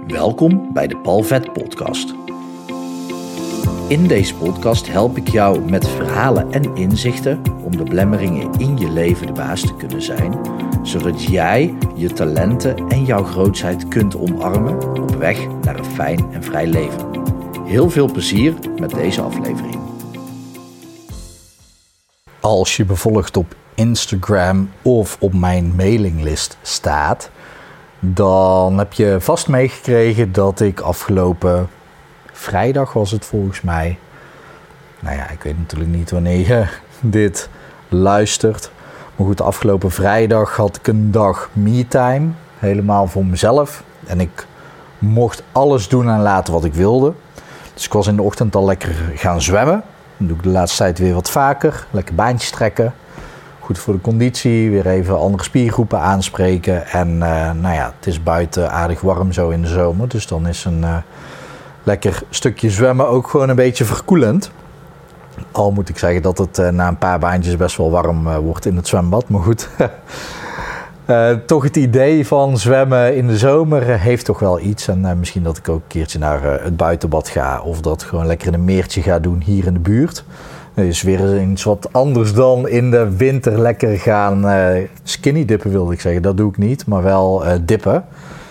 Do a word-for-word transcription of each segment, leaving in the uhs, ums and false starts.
Welkom bij de Palvet Podcast. In deze podcast help ik jou met verhalen en inzichten om de belemmeringen in je leven de baas te kunnen zijn, zodat jij je talenten en jouw grootsheid kunt omarmen op weg naar een fijn en vrij leven. Heel veel plezier met deze aflevering. Als je bijvoorbeeld op Instagram of op mijn mailinglist staat, dan heb je vast meegekregen dat ik afgelopen vrijdag was het volgens mij. Nou ja, ik weet natuurlijk niet wanneer je dit luistert. Maar goed, afgelopen vrijdag had ik een dag me-time. Helemaal voor mezelf. En ik mocht alles doen en laten wat ik wilde. Dus ik was in de ochtend al lekker gaan zwemmen. Dat doe ik de laatste tijd weer wat vaker. Lekker baantjes trekken. Goed voor de conditie. Weer even andere spiergroepen aanspreken. En uh, nou ja, het is buiten aardig warm zo in de zomer. Dus dan is een uh, lekker stukje zwemmen ook gewoon een beetje verkoelend. Al moet ik zeggen dat het uh, na een paar baantjes best wel warm uh, wordt in het zwembad. Maar goed, uh, toch het idee van zwemmen in de zomer uh, heeft toch wel iets. En uh, misschien dat ik ook een keertje naar uh, het buitenbad ga. Of dat gewoon lekker in een meertje ga doen hier in de buurt. Dus weer eens wat anders dan in de winter lekker gaan uh, skinny dippen wilde ik zeggen. Dat doe ik niet, maar wel uh, dippen.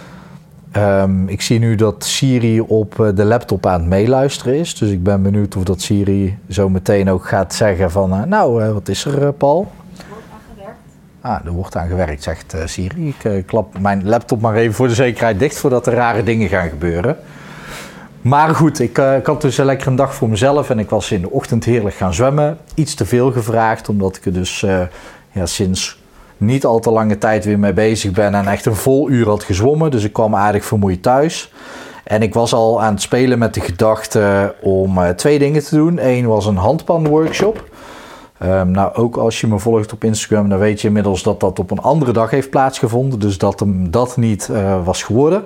Um, ik zie nu dat Siri op uh, de laptop aan het meeluisteren is. Dus ik ben benieuwd of dat Siri zo meteen ook gaat zeggen van... Uh, nou, uh, wat is er, uh, Paul? Er wordt aan gewerkt. Ah, er wordt aan gewerkt, zegt uh, Siri. Ik uh, klap mijn laptop maar even voor de zekerheid dicht voordat er rare dingen gaan gebeuren. Maar goed, ik, uh, ik had dus een lekker een dag voor mezelf en ik was in de ochtend heerlijk gaan zwemmen. Iets te veel gevraagd, omdat ik er dus uh, ja, sinds niet al te lange tijd weer mee bezig ben en echt een vol uur had gezwommen. Dus ik kwam aardig vermoeid thuis. En ik was al aan het spelen met de gedachte om uh, twee dingen te doen. Eén was een handpanworkshop. Um, nou, ook als je me volgt op Instagram, dan weet je inmiddels dat dat op een andere dag heeft plaatsgevonden. Dus dat hem dat niet uh, was geworden.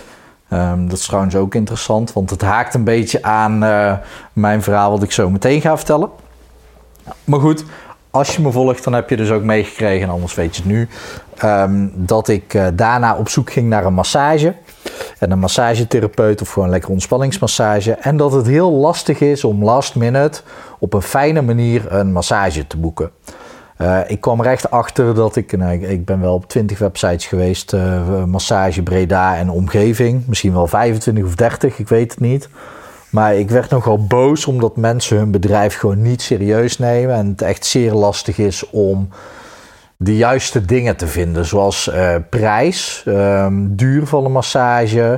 Um, dat is trouwens ook interessant, want het haakt een beetje aan uh, mijn verhaal wat ik zo meteen ga vertellen. Maar goed, als je me volgt, dan heb je dus ook meegekregen, en anders weet je het nu, um, dat ik uh, daarna op zoek ging naar een massage. En een massagetherapeut of gewoon lekker ontspanningsmassage. En dat het heel lastig is om last minute op een fijne manier een massage te boeken. Uh, ik kwam er echt achter dat ik, nou, ik, ik ben wel op twintig websites geweest, uh, massage Breda en omgeving. Misschien wel vijfentwintig of dertig, ik weet het niet. Maar ik werd nogal boos omdat mensen hun bedrijf gewoon niet serieus nemen. En het echt zeer lastig is om de juiste dingen te vinden. Zoals uh, prijs, um, duur van een massage,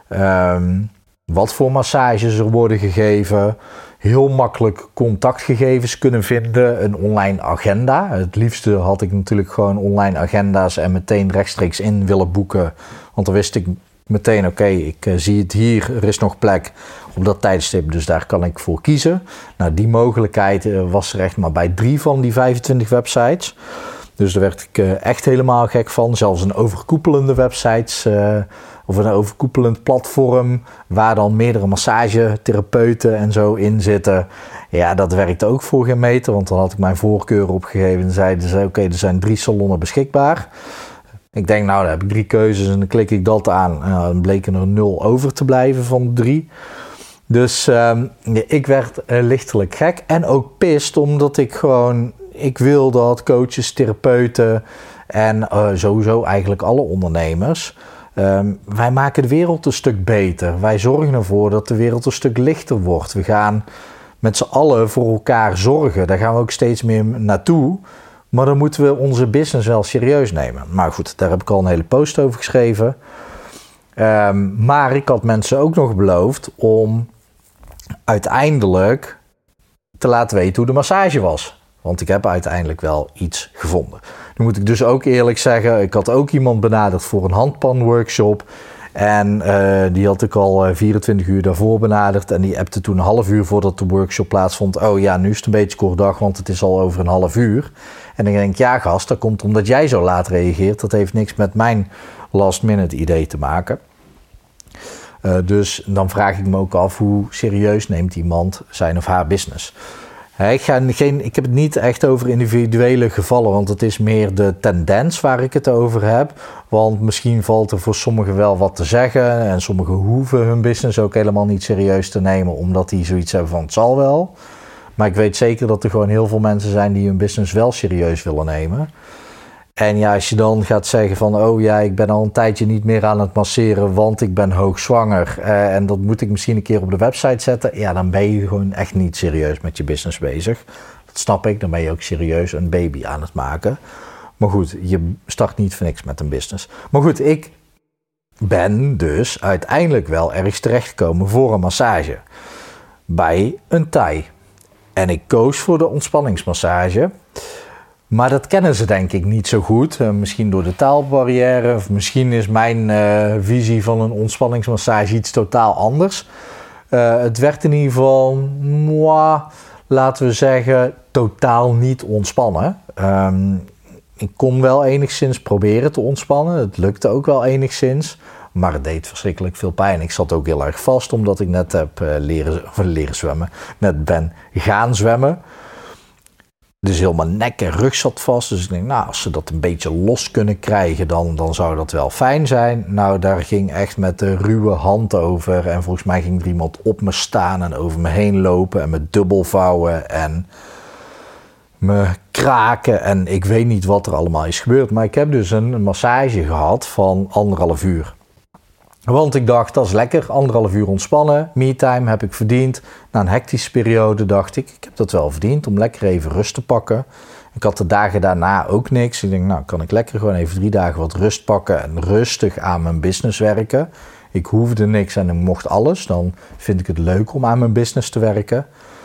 um, wat voor massages er worden gegeven. Heel makkelijk contactgegevens kunnen vinden, een online agenda. Het liefste had ik natuurlijk gewoon online agenda's en meteen rechtstreeks in willen boeken. Want dan wist ik meteen, oké, okay, ik uh, zie het hier, er is nog plek op dat tijdstip, dus daar kan ik voor kiezen. Nou, die mogelijkheid uh, was er echt maar bij drie van die vijfentwintig websites. Dus daar werd ik uh, echt helemaal gek van. Zelfs een overkoepelende website uh, of een overkoepelend platform waar dan meerdere massagetherapeuten en zo in zitten. Ja, dat werkte ook voor geen meter, want dan had ik mijn voorkeur opgegeven en zeiden ze, oké, okay, er zijn drie salonnen beschikbaar. Ik denk, nou, dan heb ik drie keuzes en dan klik ik dat aan. En dan bleken er nul over te blijven van de drie. Dus um, ja, ik werd uh, lichtelijk gek en ook pist, omdat ik gewoon... Ik wil dat coaches, therapeuten en uh, sowieso eigenlijk alle ondernemers... Um, wij maken de wereld een stuk beter. Wij zorgen ervoor dat de wereld een stuk lichter wordt. We gaan met z'n allen voor elkaar zorgen. Daar gaan we ook steeds meer naartoe. Maar dan moeten we onze business wel serieus nemen. Maar goed, daar heb ik al een hele post over geschreven. Um, maar ik had mensen ook nog beloofd om uiteindelijk te laten weten hoe de massage was. Want ik heb uiteindelijk wel iets gevonden. Nu moet ik dus ook eerlijk zeggen, ik had ook iemand benaderd voor een handpanworkshop. En uh, die had ik al vierentwintig uur daarvoor benaderd. En die appte toen een half uur voordat de workshop plaatsvond. Oh ja, nu is het een beetje kort dag, want het is al over een half uur. En dan denk ik, ja gast, dat komt omdat jij zo laat reageert. Dat heeft niks met mijn last minute idee te maken. Uh, dus dan vraag ik me ook af, hoe serieus neemt iemand zijn of haar business? Ik, ga geen, ik heb het niet echt over individuele gevallen, want het is meer de tendens waar ik het over heb. Want misschien valt er voor sommigen wel wat te zeggen en sommigen hoeven hun business ook helemaal niet serieus te nemen, omdat die zoiets hebben van het zal wel. Maar ik weet zeker dat er gewoon heel veel mensen zijn die hun business wel serieus willen nemen. En ja, als je dan gaat zeggen van, oh ja, ik ben al een tijdje niet meer aan het masseren, want ik ben hoogzwanger. Uh, en dat moet ik misschien een keer op de website zetten. Ja, dan ben je gewoon echt niet serieus met je business bezig. Dat snap ik, dan ben je ook serieus een baby aan het maken. Maar goed, je start niet voor niks met een business. Maar goed, ik ben dus uiteindelijk wel ergens terechtgekomen voor een massage. Bij een Thai. En ik koos voor de ontspanningsmassage. Maar dat kennen ze denk ik niet zo goed. Uh, misschien door de taalbarrière. Of misschien is mijn uh, visie van een ontspanningsmassage iets totaal anders. Uh, het werd in ieder geval, moi, laten we zeggen, totaal niet ontspannen. Um, ik kon wel enigszins proberen te ontspannen. Het lukte ook wel enigszins. Maar het deed verschrikkelijk veel pijn. Ik zat ook heel erg vast omdat ik net heb uh, leren, leren zwemmen. Net ben gaan zwemmen. Dus heel mijn nek en rug zat vast. Dus ik denk, nou, als ze dat een beetje los kunnen krijgen, dan, dan zou dat wel fijn zijn. Nou, daar ging echt met de ruwe hand over. En volgens mij ging er iemand op me staan en over me heen lopen. En me dubbelvouwen en me kraken. En ik weet niet wat er allemaal is gebeurd. Maar ik heb dus een massage gehad van anderhalf uur. Want ik dacht, dat is lekker, anderhalf uur ontspannen, me-time heb ik verdiend. Na een hectische periode dacht ik, ik heb dat wel verdiend om lekker even rust te pakken. Ik had de dagen daarna ook niks. Ik denk, nou kan ik lekker gewoon even drie dagen wat rust pakken en rustig aan mijn business werken. Ik hoefde niks en ik mocht alles. Dan vind ik het leuk om aan mijn business te werken.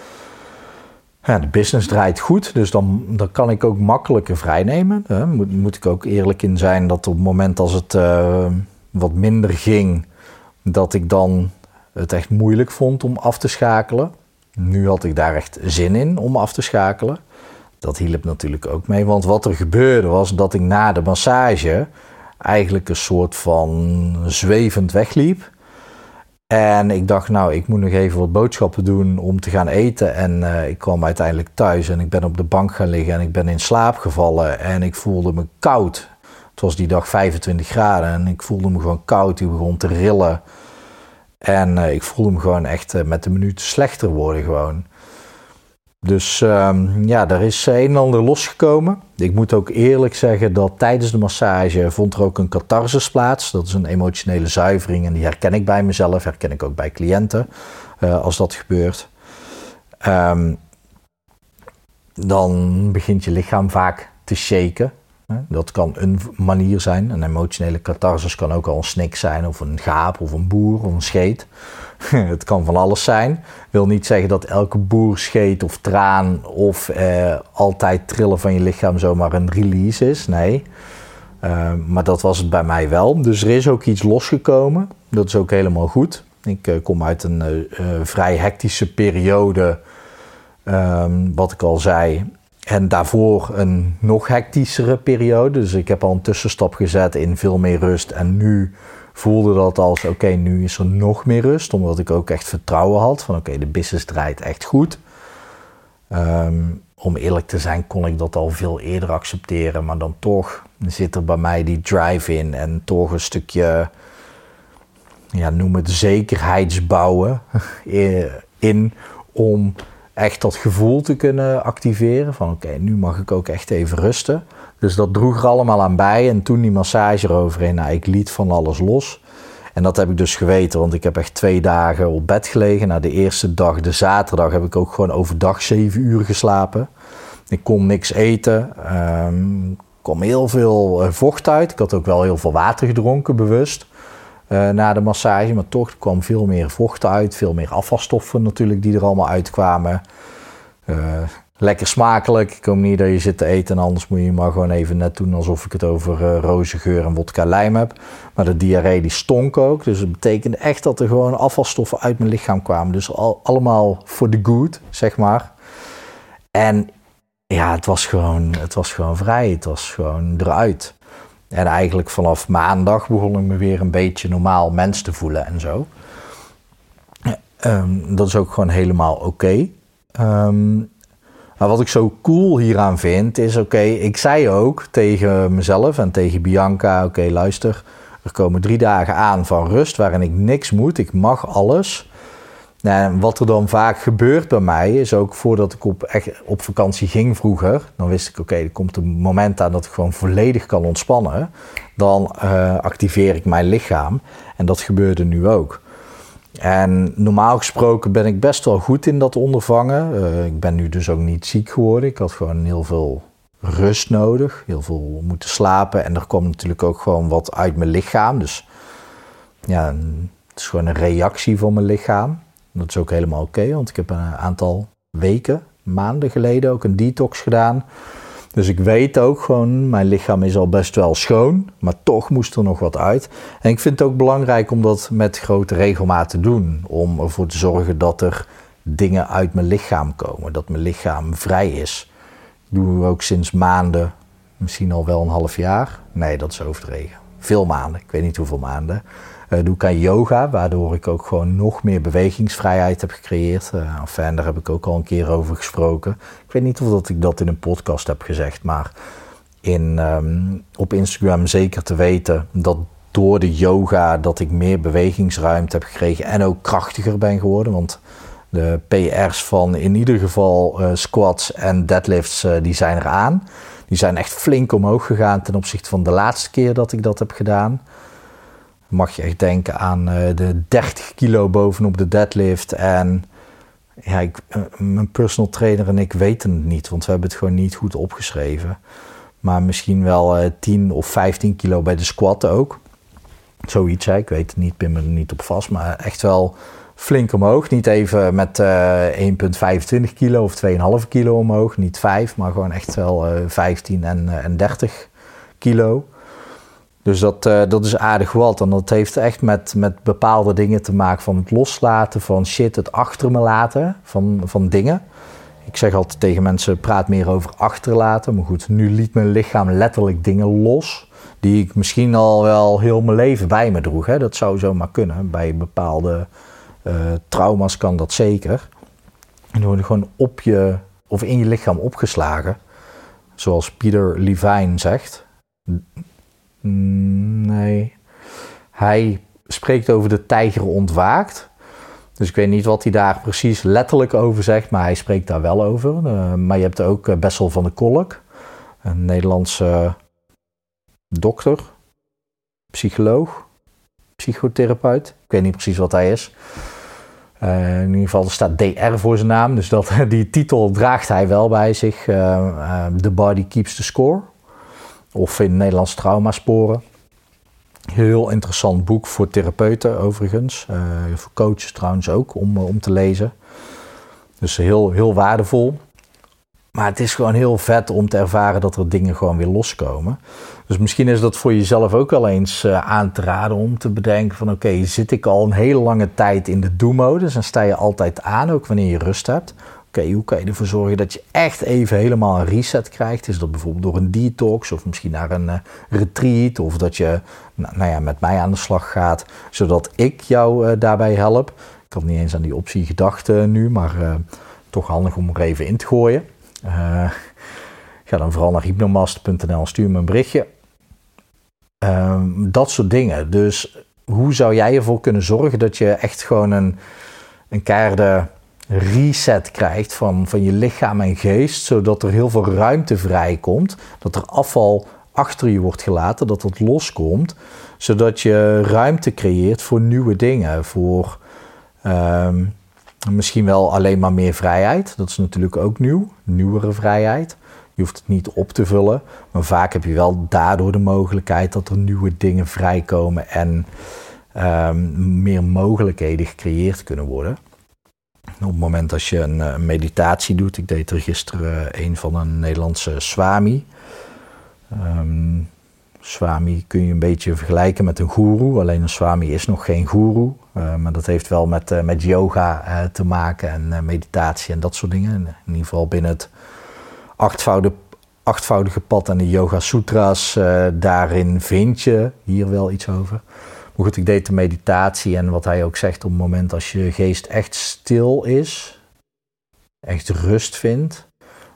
Ja, de business draait goed, dus dan, dan kan ik ook makkelijker vrijnemen. Daar moet, moet ik ook eerlijk in zijn dat op het moment als het uh, wat minder ging, dat ik dan het echt moeilijk vond om af te schakelen. Nu had ik daar echt zin in om af te schakelen. Dat hielp natuurlijk ook mee, want wat er gebeurde was dat ik na de massage eigenlijk een soort van zwevend wegliep. En ik dacht, nou, ik moet nog even wat boodschappen doen om te gaan eten. En uh, ik kwam uiteindelijk thuis en ik ben op de bank gaan liggen en ik ben in slaap gevallen. En ik voelde me koud. Het was die dag vijfentwintig graden en ik voelde me gewoon koud. Ik begon te rillen. En uh, ik voelde me gewoon echt uh, met de minuten slechter worden gewoon. Dus um, ja, daar is een en ander losgekomen. Ik moet ook eerlijk zeggen dat tijdens de massage vond er ook een catharsis plaats. Dat is een emotionele zuivering en die herken ik bij mezelf, herken ik ook bij cliënten uh, als dat gebeurt. Um, dan begint je lichaam vaak te shaken. Dat kan een manier zijn. Een emotionele catharsis kan ook al een snik zijn of een gaap of een boer of een scheet. Het kan van alles zijn. Wil niet zeggen dat elke boer, scheet of traan of eh, altijd trillen van je lichaam zomaar een release is. Nee, uh, maar dat was het bij mij wel. Dus er is ook iets losgekomen. Dat is ook helemaal goed. Ik uh, kom uit een uh, uh, vrij hectische periode, uh, wat ik al zei. En daarvoor een nog hectischere periode. Dus ik heb al een tussenstap gezet in veel meer rust. En nu voelde dat als, oké, okay, nu is er nog meer rust. Omdat ik ook echt vertrouwen had van, oké, okay, de business draait echt goed. Um, om eerlijk te zijn kon ik dat al veel eerder accepteren. Maar dan toch zit er bij mij die drive in. En toch een stukje, ja, noem het zekerheidsbouwen in om echt dat gevoel te kunnen activeren. Van oké, okay, nu mag ik ook echt even rusten. Dus dat droeg er allemaal aan bij. En toen die massage eroverheen, nou, ik liet van alles los. En dat heb ik dus geweten, want ik heb echt twee dagen op bed gelegen. Na de eerste dag, de zaterdag, heb ik ook gewoon overdag zeven uur geslapen. Ik kon niks eten. Um, er kwam heel veel vocht uit. Ik had ook wel heel veel water gedronken, bewust. Uh, na de massage, maar toch kwam veel meer vocht uit, veel meer afvalstoffen natuurlijk die er allemaal uitkwamen. Uh, lekker smakelijk, ik hoop niet dat je zit te eten en anders moet je maar gewoon even net doen alsof ik het over uh, rozengeur en wodka lijm heb. Maar de diarree die stonk ook, dus het betekende echt dat er gewoon afvalstoffen uit mijn lichaam kwamen. Dus al, allemaal for the good, zeg maar. En ja, het was gewoon, het was gewoon vrij, het was gewoon eruit. En eigenlijk vanaf maandag begon ik me weer een beetje normaal mens te voelen en zo. Um, dat is ook gewoon helemaal oké. Okay. Um, Maar wat ik zo cool hieraan vind is, oké, okay, ik zei ook tegen mezelf en tegen Bianca, oké, okay, luister, er komen drie dagen aan van rust waarin ik niks moet, ik mag alles. En wat er dan vaak gebeurt bij mij is ook voordat ik op, echt op vakantie ging vroeger, dan wist ik, oké, okay, er komt een moment aan dat ik gewoon volledig kan ontspannen. Dan uh, activeer ik mijn lichaam en dat gebeurde nu ook. En normaal gesproken ben ik best wel goed in dat ondervangen. Uh, ik ben nu dus ook niet ziek geworden. Ik had gewoon heel veel rust nodig, heel veel moeten slapen. En er kwam natuurlijk ook gewoon wat uit mijn lichaam. Dus ja, het is gewoon een reactie van mijn lichaam. Dat is ook helemaal oké, okay, want ik heb een aantal weken, maanden geleden ook een detox gedaan. Dus ik weet ook gewoon, mijn lichaam is al best wel schoon, maar toch moest er nog wat uit. En ik vind het ook belangrijk om dat met grote regelmaat te doen. Om ervoor te zorgen dat er dingen uit mijn lichaam komen, dat mijn lichaam vrij is. Ik doe ook sinds maanden, misschien al wel een half jaar. Nee, dat is overdreven. Veel maanden, ik weet niet hoeveel maanden. Uh, doe ik aan yoga, waardoor ik ook gewoon nog meer bewegingsvrijheid heb gecreëerd. Uh, enfin, daar heb ik ook al een keer over gesproken. Ik weet niet of dat ik dat in een podcast heb gezegd, maar in, um, op Instagram zeker te weten dat door de yoga dat ik meer bewegingsruimte heb gekregen en ook krachtiger ben geworden. Want de P R's van in ieder geval uh, squats en deadlifts, uh, die zijn eraan. Die zijn echt flink omhoog gegaan ten opzichte van de laatste keer dat ik dat heb gedaan. Mag je echt denken aan uh, de dertig kilo bovenop de deadlift. En ja, ik, uh, mijn personal trainer en ik weten het niet, want we hebben het gewoon niet goed opgeschreven. Maar misschien wel uh, tien of vijftien kilo bij de squat ook. Zoiets, hè. Ik weet het niet, pin me er niet op vast, maar echt wel flink omhoog. Niet even met uh, één komma vijfentwintig kilo of twee komma vijf kilo omhoog, niet vijf, maar gewoon echt wel uh, vijftien en, uh, en dertig kilo. Dus dat, uh, dat is aardig wat. En dat heeft echt met, met bepaalde dingen te maken van het loslaten, van shit, het achter me laten van, van dingen. Ik zeg altijd tegen mensen, praat meer over achterlaten. Maar goed, nu liet mijn lichaam letterlijk dingen los die ik misschien al wel heel mijn leven bij me droeg. Hè. Dat zou zomaar kunnen. Bij bepaalde uh, trauma's kan dat zeker. En die worden gewoon op je, of in je lichaam opgeslagen. Zoals Peter Levine zegt. Nee. Hij spreekt over de tijger ontwaakt. Dus ik weet niet wat hij daar precies letterlijk over zegt, maar hij spreekt daar wel over. Uh, maar je hebt ook uh, Bessel van der Kolk, een Nederlandse uh, dokter, psycholoog, psychotherapeut. Ik weet niet precies wat hij is. Uh, in ieder geval er staat D R voor zijn naam, dus dat, die titel draagt hij wel bij zich. Uh, uh, The Body Keeps the Score. Of in Nederlands Traumasporen. Heel interessant boek voor therapeuten overigens. Uh, voor coaches trouwens ook, om, om te lezen. Dus heel, heel waardevol. Maar het is gewoon heel vet om te ervaren dat er dingen gewoon weer loskomen. Dus misschien is dat voor jezelf ook wel eens uh, aan te raden om te bedenken van oké, okay, zit ik al een hele lange tijd in de do-modus en sta je altijd aan, ook wanneer je rust hebt. Oké, okay, hoe kan je ervoor zorgen dat je echt even helemaal een reset krijgt? Is dat bijvoorbeeld door een detox of misschien naar een uh, retreat of dat je nou, nou ja, met mij aan de slag gaat, zodat ik jou uh, daarbij help. Ik had niet eens aan die optie gedacht uh, nu, maar uh, toch handig om er even in te gooien. Uh, ga dan vooral naar hypnomaster punt n l en stuur me een berichtje. Uh, dat soort dingen. Dus hoe zou jij ervoor kunnen zorgen dat je echt gewoon een, een keiharde reset krijgt van, van je lichaam en geest, zodat er heel veel ruimte vrijkomt, dat er afval achter je wordt gelaten, dat het loskomt, zodat je ruimte creëert voor nieuwe dingen, voor um, misschien wel alleen maar meer vrijheid. Dat is natuurlijk ook nieuw, nieuwere vrijheid. Je hoeft het niet op te vullen, maar vaak heb je wel daardoor de mogelijkheid dat er nieuwe dingen vrijkomen en um, meer mogelijkheden gecreëerd kunnen worden. Op het moment dat je een, een meditatie doet, ik deed er gisteren een van een Nederlandse Swami. Um, Swami kun je een beetje vergelijken met een goeroe, alleen een Swami is nog geen goeroe. Uh, maar dat heeft wel met, uh, met yoga uh, te maken en uh, meditatie en dat soort dingen. In ieder geval binnen het achtvoudige, achtvoudige pad en de Yoga Sutra's, uh, daarin vind je hier wel iets over. Maar goed, ik deed de meditatie en wat hij ook zegt, op het moment als je geest echt stil is, echt rust vindt,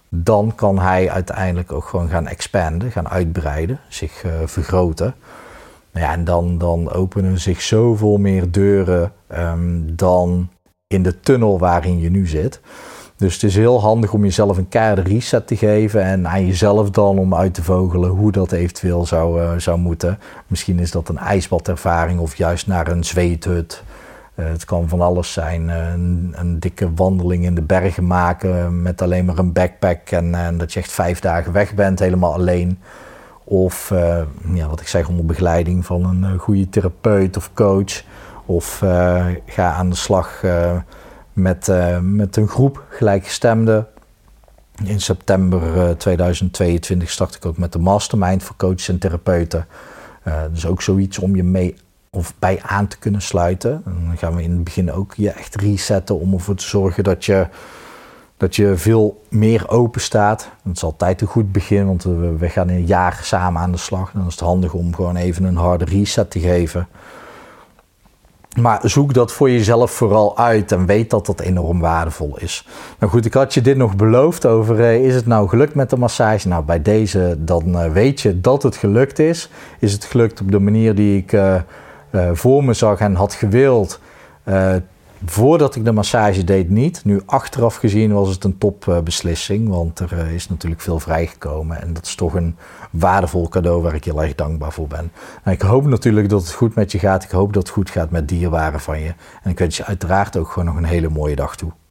dan kan hij uiteindelijk ook gewoon gaan expanden, gaan uitbreiden, zich uh, vergroten. Ja, en dan, dan openen zich zoveel meer deuren um, dan in de tunnel waarin je nu zit. Dus het is heel handig om jezelf een keiharde reset te geven en aan jezelf dan om uit te vogelen hoe dat eventueel zou, uh, zou moeten. Misschien is dat een ijsbadervaring of juist naar een zweethut. Uh, het kan van alles zijn. Uh, een, een dikke wandeling in de bergen maken met alleen maar een backpack en, uh, en dat je echt vijf dagen weg bent, helemaal alleen. Of uh, ja, wat ik zeg, onder begeleiding van een uh, goede therapeut of coach. Of uh, ga aan de slag uh, met, uh, met een groep gelijkgestemden. In september uh, tweeduizend tweeëntwintig start ik ook met de mastermind voor coaches en therapeuten. Uh, dus ook zoiets om je mee of bij aan te kunnen sluiten. En dan gaan we in het begin ook je echt resetten om ervoor te zorgen dat je, dat je veel meer open staat. Het is altijd een goed begin, want we, we gaan een jaar samen aan de slag. Dan is het handig om gewoon even een harde reset te geven. Maar zoek dat voor jezelf vooral uit en weet dat dat enorm waardevol is. Nou goed, ik had je dit nog beloofd over, uh, is het nou gelukt met de massage? Nou, bij deze dan uh, weet je dat het gelukt is. Is het gelukt op de manier die ik uh, uh, voor me zag en had gewild? Uh, voordat ik de massage deed niet. Nu achteraf gezien was het een topbeslissing, uh, want er uh, is natuurlijk veel vrijgekomen. En dat is toch een waardevol cadeau waar ik heel erg dankbaar voor ben. Nou, ik hoop natuurlijk dat het goed met je gaat. Ik hoop dat het goed gaat met dierbaren van je. En ik wens je uiteraard ook gewoon nog een hele mooie dag toe.